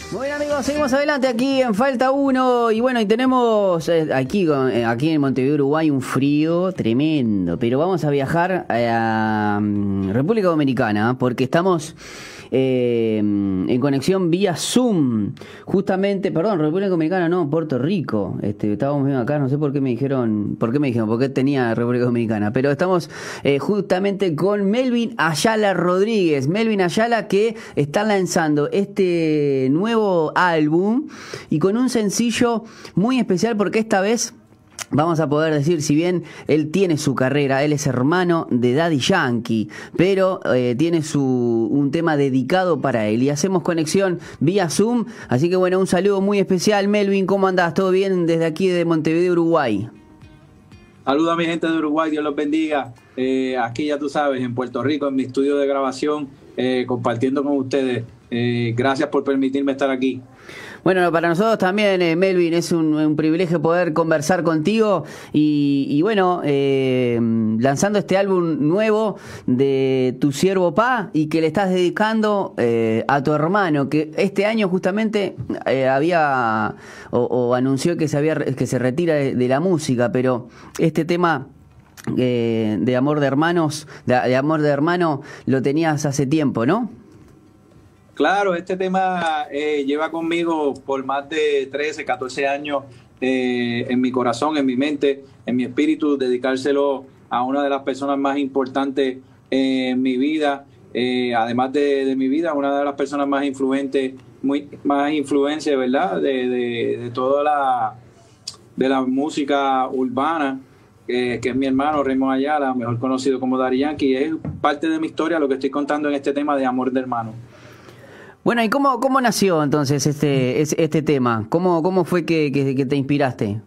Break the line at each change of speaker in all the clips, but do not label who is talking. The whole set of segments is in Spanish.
Bueno amigos, seguimos adelante aquí en Falta 1 y bueno, y tenemos aquí en Montevideo, Uruguay, un frío tremendo, pero vamos a viajar a República Dominicana porque estamos en conexión vía Zoom, justamente, perdón, República Dominicana no, Puerto Rico, estábamos viendo acá, no sé por qué me dijeron, porque tenía República Dominicana, pero estamos justamente con Melvin Ayala Rodríguez, Melvin Ayala que está lanzando este nuevo álbum y con un sencillo muy especial porque esta vez vamos a poder decir, si bien él tiene su carrera, él es hermano de Daddy Yankee, pero tiene un tema dedicado para él y hacemos conexión vía Zoom, así que bueno, un saludo muy especial. Melvin, ¿cómo andás? ¿Todo bien desde aquí de Montevideo, Uruguay?
Saludos a mi gente de Uruguay, Dios los bendiga. Aquí ya tú sabes, en Puerto Rico, en mi estudio de grabación, compartiendo con ustedes. Gracias por permitirme estar aquí.
Bueno, para nosotros también, Melvin, es un privilegio poder conversar contigo y bueno, lanzando este álbum nuevo de Tu Siervo Pa y que le estás dedicando a tu hermano, que este año justamente había o anunció que se retira de la música, pero este tema de amor de hermanos, de amor de hermano, lo tenías hace tiempo, ¿no?
Claro, este tema lleva conmigo por más de 13, 14 años en mi corazón, en mi mente, en mi espíritu, dedicárselo a una de las personas más importantes en mi vida, además de mi vida, una de las personas más influentes, más influencia, ¿verdad? De toda de la música urbana, que es mi hermano Raymond Ayala, mejor conocido como Daddy Yankee. Es parte de mi historia lo que estoy contando en este tema de amor de hermano.
Bueno, ¿y cómo nació entonces este tema? ¿Cómo fue que te inspiraste?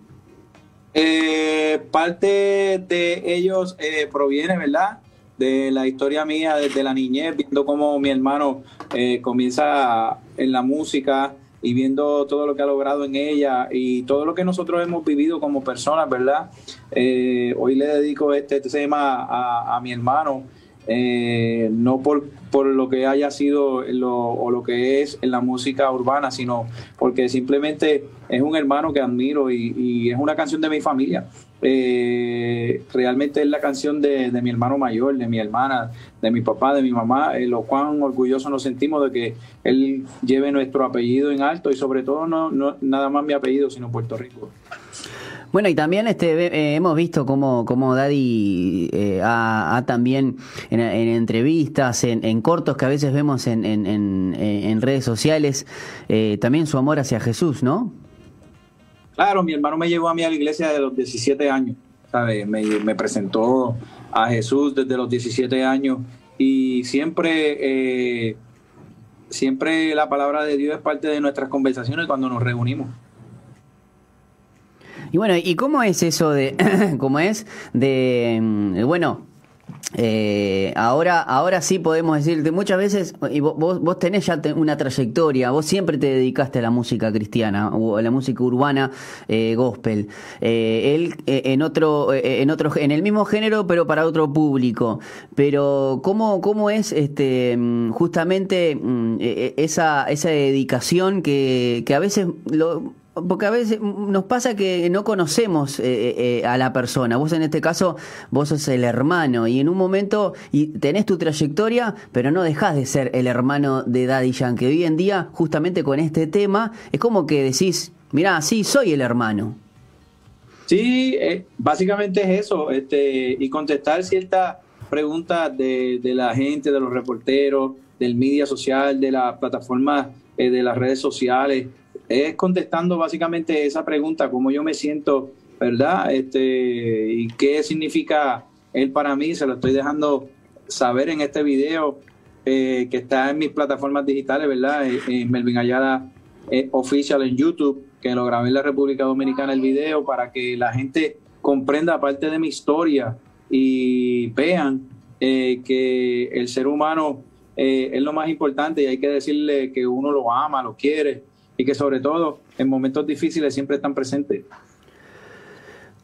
Parte de ellos proviene, ¿verdad?, de la historia mía desde la niñez, viendo cómo mi hermano comienza en la música y viendo todo lo que ha logrado en ella y todo lo que nosotros hemos vivido como personas, ¿verdad? Hoy le dedico este tema a mi hermano. No por lo que haya sido o lo que es en la música urbana, sino porque simplemente es un hermano que admiro y es una canción de mi familia. Realmente es la canción de mi hermano mayor, de mi hermana, de mi papá, de mi mamá, lo cual orgullosos nos sentimos de que él lleve nuestro apellido en alto y sobre todo no nada más mi apellido, sino Puerto Rico.
Bueno, y también hemos visto cómo Daddy ha también en entrevistas, en cortos que a veces vemos en redes sociales, también su amor hacia Jesús, ¿no?
Claro, mi hermano me llevó a mí a la iglesia de los 17 años, ¿sabes? Me presentó a Jesús desde los 17 años y siempre la palabra de Dios es parte de nuestras conversaciones cuando nos reunimos.
Y bueno, ¿y cómo es eso bueno, ahora sí podemos decirte, muchas veces, y vos tenés ya una trayectoria, vos siempre te dedicaste a la música cristiana o a la música urbana, gospel, él en el mismo género pero para otro público, pero ¿cómo es justamente esa dedicación que a veces porque a veces nos pasa que no conocemos a la persona. Vos en este caso, vos sos el hermano y en un momento y tenés tu trayectoria, pero no dejás de ser el hermano de Daddy Yankee. Hoy en día, justamente con este tema, es como que decís, mirá, sí, soy el hermano.
Sí, básicamente es eso, y contestar ciertas preguntas de la gente, de los reporteros, del media social, de las plataformas, de las redes sociales. Es contestando básicamente esa pregunta, cómo yo me siento, ¿verdad? Y qué significa él para mí. Se lo estoy dejando saber en este video que está en mis plataformas digitales, ¿verdad? Melvin Ayala Official en YouTube, que lo grabé en la República Dominicana el video, para que la gente comprenda parte de mi historia y vean que el ser humano es lo más importante y hay que decirle que uno lo ama, lo quiere, y que sobre todo en momentos difíciles siempre están presentes.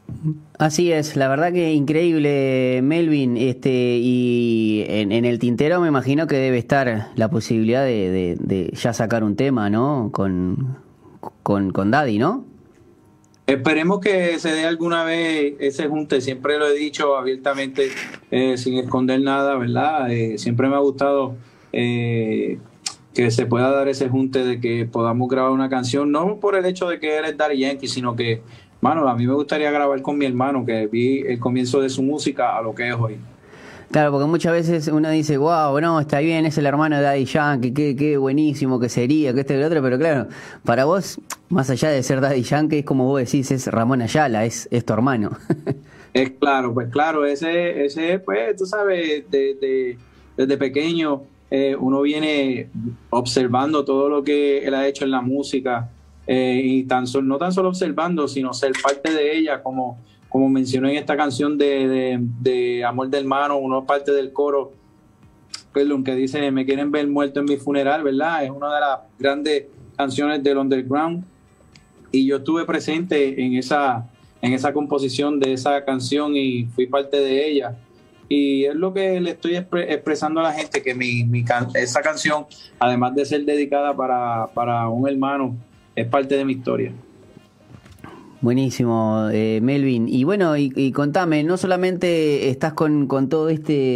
Así es, la verdad que increíble, Melvin, y en el tintero me imagino que debe estar la posibilidad de ya sacar un tema, ¿no? Con Daddy, ¿no?
Esperemos que se dé alguna vez ese junte, siempre lo he dicho abiertamente, sin esconder nada, ¿verdad? Siempre me ha gustado que se pueda dar ese junte de que podamos grabar una canción, no por el hecho de que eres Daddy Yankee, sino que, mano, a mí me gustaría grabar con mi hermano, que vi el comienzo de su música a lo que es hoy.
Claro, porque muchas veces uno dice, wow, no, está bien, es el hermano de Daddy Yankee, qué buenísimo que sería, que este y el otro, pero claro, para vos, más allá de ser Daddy Yankee, es como vos decís, es Ramón Ayala, es tu hermano.
Es claro, pues claro, ese pues tú sabes, desde pequeño uno viene observando todo lo que él ha hecho en la música y no tan solo observando, sino ser parte de ella, como mencioné en esta canción de Amor del Hermano, uno parte del coro, perdón, que dice, me quieren ver muerto en mi funeral, ¿verdad? Es una de las grandes canciones del underground y yo estuve presente en esa composición de esa canción y fui parte de ella. Y es lo que le estoy expresando a la gente, que esa canción, además de ser dedicada para un hermano, es parte de mi historia.
Buenísimo, Melvin. Y bueno, y contame, no solamente estás con todo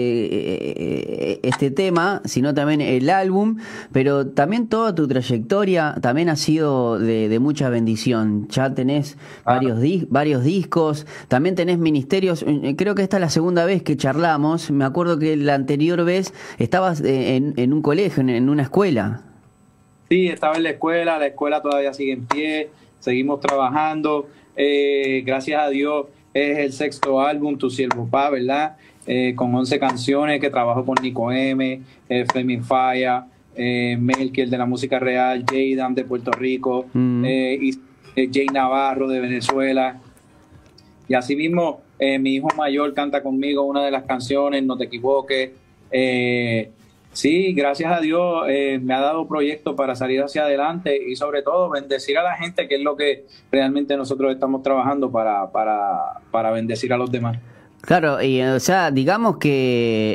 este tema, sino también el álbum, pero también toda tu trayectoria también ha sido de mucha bendición. Ya tenés varios discos, también tenés ministerios. Creo que esta es la segunda vez que charlamos. Me acuerdo que la anterior vez estabas en un colegio, en una escuela.
Sí, estaba en la escuela todavía sigue en pie. Seguimos trabajando, gracias a Dios es el 6º álbum, Tu Siervo Pa, ¿verdad? Con 11 canciones que trabajo con Nico M, Flaming Fire, Melky, el de la música real, Jaydan de Puerto Rico, y Jay Navarro de Venezuela. Y así mismo mi hijo mayor canta conmigo una de las canciones, No te equivoques. Sí, gracias a Dios me ha dado proyectos para salir hacia adelante y sobre todo bendecir a la gente, que es lo que realmente nosotros estamos trabajando para bendecir a los demás.
Claro, y o sea, digamos que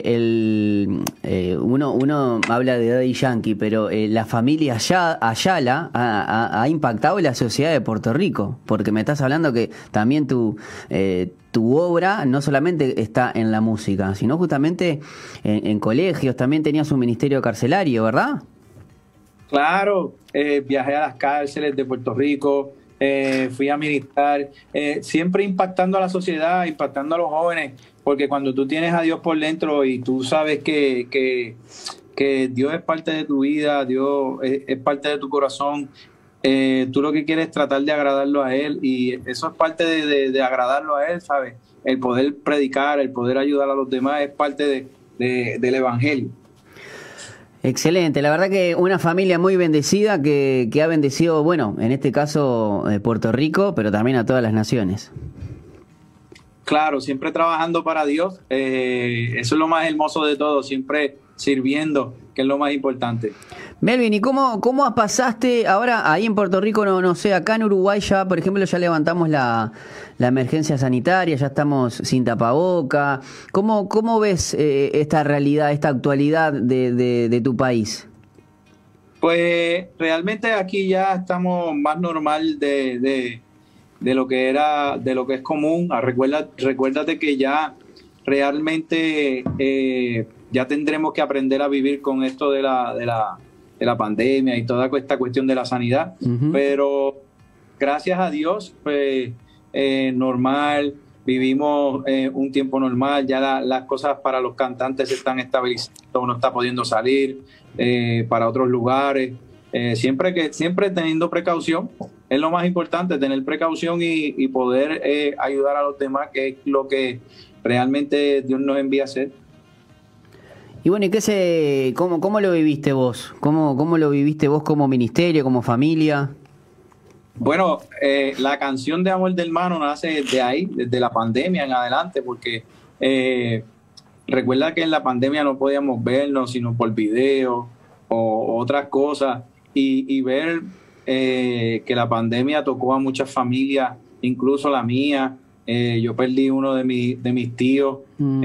uno habla de Daddy Yankee, pero la familia Ayala ha impactado la sociedad de Puerto Rico, porque me estás hablando que también tu obra no solamente está en la música, sino justamente en colegios, también tenías un ministerio carcelario, ¿verdad?
Claro, viajé a las cárceles de Puerto Rico, fui a militar, siempre impactando a la sociedad, impactando a los jóvenes, porque cuando tú tienes a Dios por dentro y tú sabes que Dios es parte de tu vida, Dios es parte de tu corazón, tú lo que quieres es tratar de agradarlo a Él y eso es parte de agradarlo a Él, ¿sabes? El poder predicar, el poder ayudar a los demás es parte del Evangelio.
Excelente, la verdad que una familia muy bendecida que ha bendecido, bueno, en este caso Puerto Rico, pero también a todas las naciones.
Claro, siempre trabajando para Dios, eso es lo más hermoso de todo, siempre sirviendo, que es lo más importante.
Melvin, ¿y cómo pasaste ahora ahí en Puerto Rico? No sé, acá en Uruguay ya, por ejemplo, ya levantamos la emergencia sanitaria, ya estamos sin tapaboca. ¿Cómo ves esta realidad, esta actualidad de tu país?
Pues realmente aquí ya estamos más normal de lo que era, de lo que es común. Recuérdate que ya realmente ya tendremos que aprender a vivir con esto de la pandemia y toda esta cuestión de la sanidad. Uh-huh. Pero gracias a Dios, pues normal, vivimos un tiempo normal, ya las cosas para los cantantes se están estabilizando, uno está pudiendo salir para otros lugares, siempre teniendo precaución, es lo más importante, tener precaución y poder ayudar a los demás, que es lo que realmente Dios nos envía a hacer.
Y bueno, ¿y cómo lo viviste vos? ¿Cómo lo viviste vos como ministerio, como familia?
Bueno, la canción de Amor del Hermano nace de ahí, desde la pandemia en adelante, porque recuerda que en la pandemia no podíamos vernos sino por video o otras cosas, y ver que la pandemia tocó a muchas familias, incluso la mía, Yo perdí uno de mis tíos,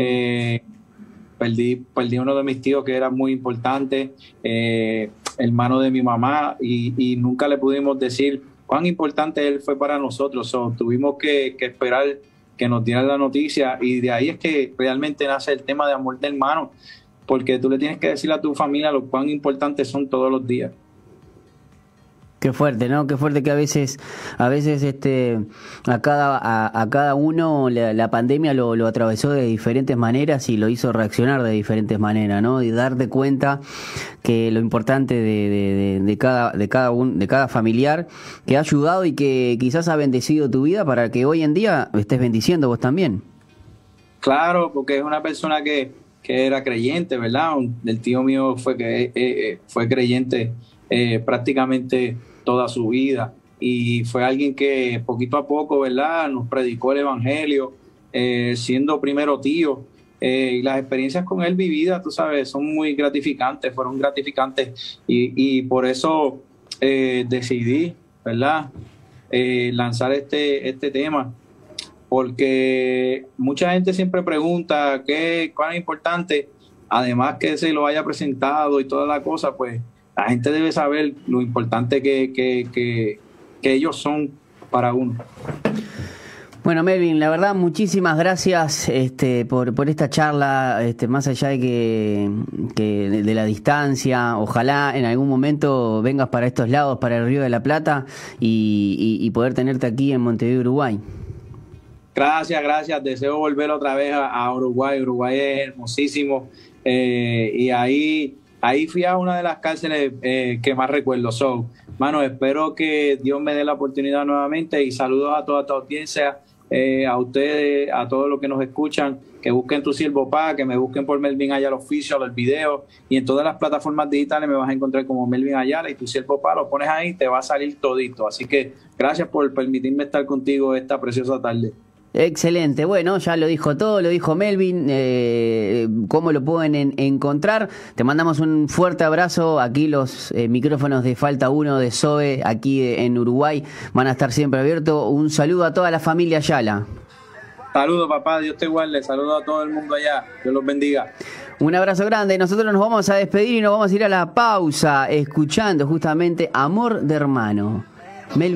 perdí uno de mis tíos que era muy importante, hermano de mi mamá, y nunca le pudimos decir cuán importante él fue para nosotros. Tuvimos que esperar que nos dieran la noticia, y de ahí es que realmente nace el tema de amor de hermano, porque tú le tienes que decir a tu familia lo cuán importantes son todos los días.
Qué fuerte, ¿no? Qué fuerte que a veces a cada uno la pandemia lo atravesó de diferentes maneras y lo hizo reaccionar de diferentes maneras, ¿no? Y darte cuenta que lo importante de cada familiar que ha ayudado y que quizás ha bendecido tu vida para que hoy en día estés bendiciendo vos también.
Claro, porque es una persona que era creyente, ¿verdad? El tío mío fue creyente prácticamente toda su vida, y fue alguien que poquito a poco, ¿verdad?, nos predicó el evangelio, siendo primero tío, y las experiencias con él vividas, tú sabes, son muy gratificantes, fueron gratificantes, y por eso decidí, ¿verdad?, lanzar este tema, porque mucha gente siempre pregunta cuán es importante, además que se lo haya presentado y toda la cosa, pues la gente debe saber lo importante que ellos son para uno.
Bueno, Melvin, la verdad, muchísimas gracias por esta charla, más allá de de la distancia. Ojalá en algún momento vengas para estos lados, para el Río de la Plata, y poder tenerte aquí en Montevideo, Uruguay.
Gracias. Deseo volver otra vez a Uruguay. Uruguay es hermosísimo, y ahí fui a una de las cárceles que más recuerdo. Mano, espero que Dios me dé la oportunidad nuevamente, y saludos a toda tu audiencia, a ustedes, a todos los que nos escuchan, que busquen Tu Siervo Pa, que me busquen por Melvin Ayala Official, el video, y en todas las plataformas digitales me vas a encontrar como Melvin Ayala, y Tu Siervo Pa, lo pones ahí, te va a salir todito. Así que gracias por permitirme estar contigo esta preciosa tarde.
Excelente, bueno, ya lo dijo todo, lo dijo Melvin, cómo lo pueden encontrar. Te mandamos un fuerte abrazo. Aquí los micrófonos de Falta Uno de SOE, aquí en Uruguay, van a estar siempre abiertos. Un saludo a toda la familia Ayala.
Saludos, papá, Dios te guarde, saludos a todo el mundo allá, Dios los bendiga.
Un abrazo grande. Nosotros nos vamos a despedir y nos vamos a ir a la pausa escuchando justamente Amor de Hermano. Melvin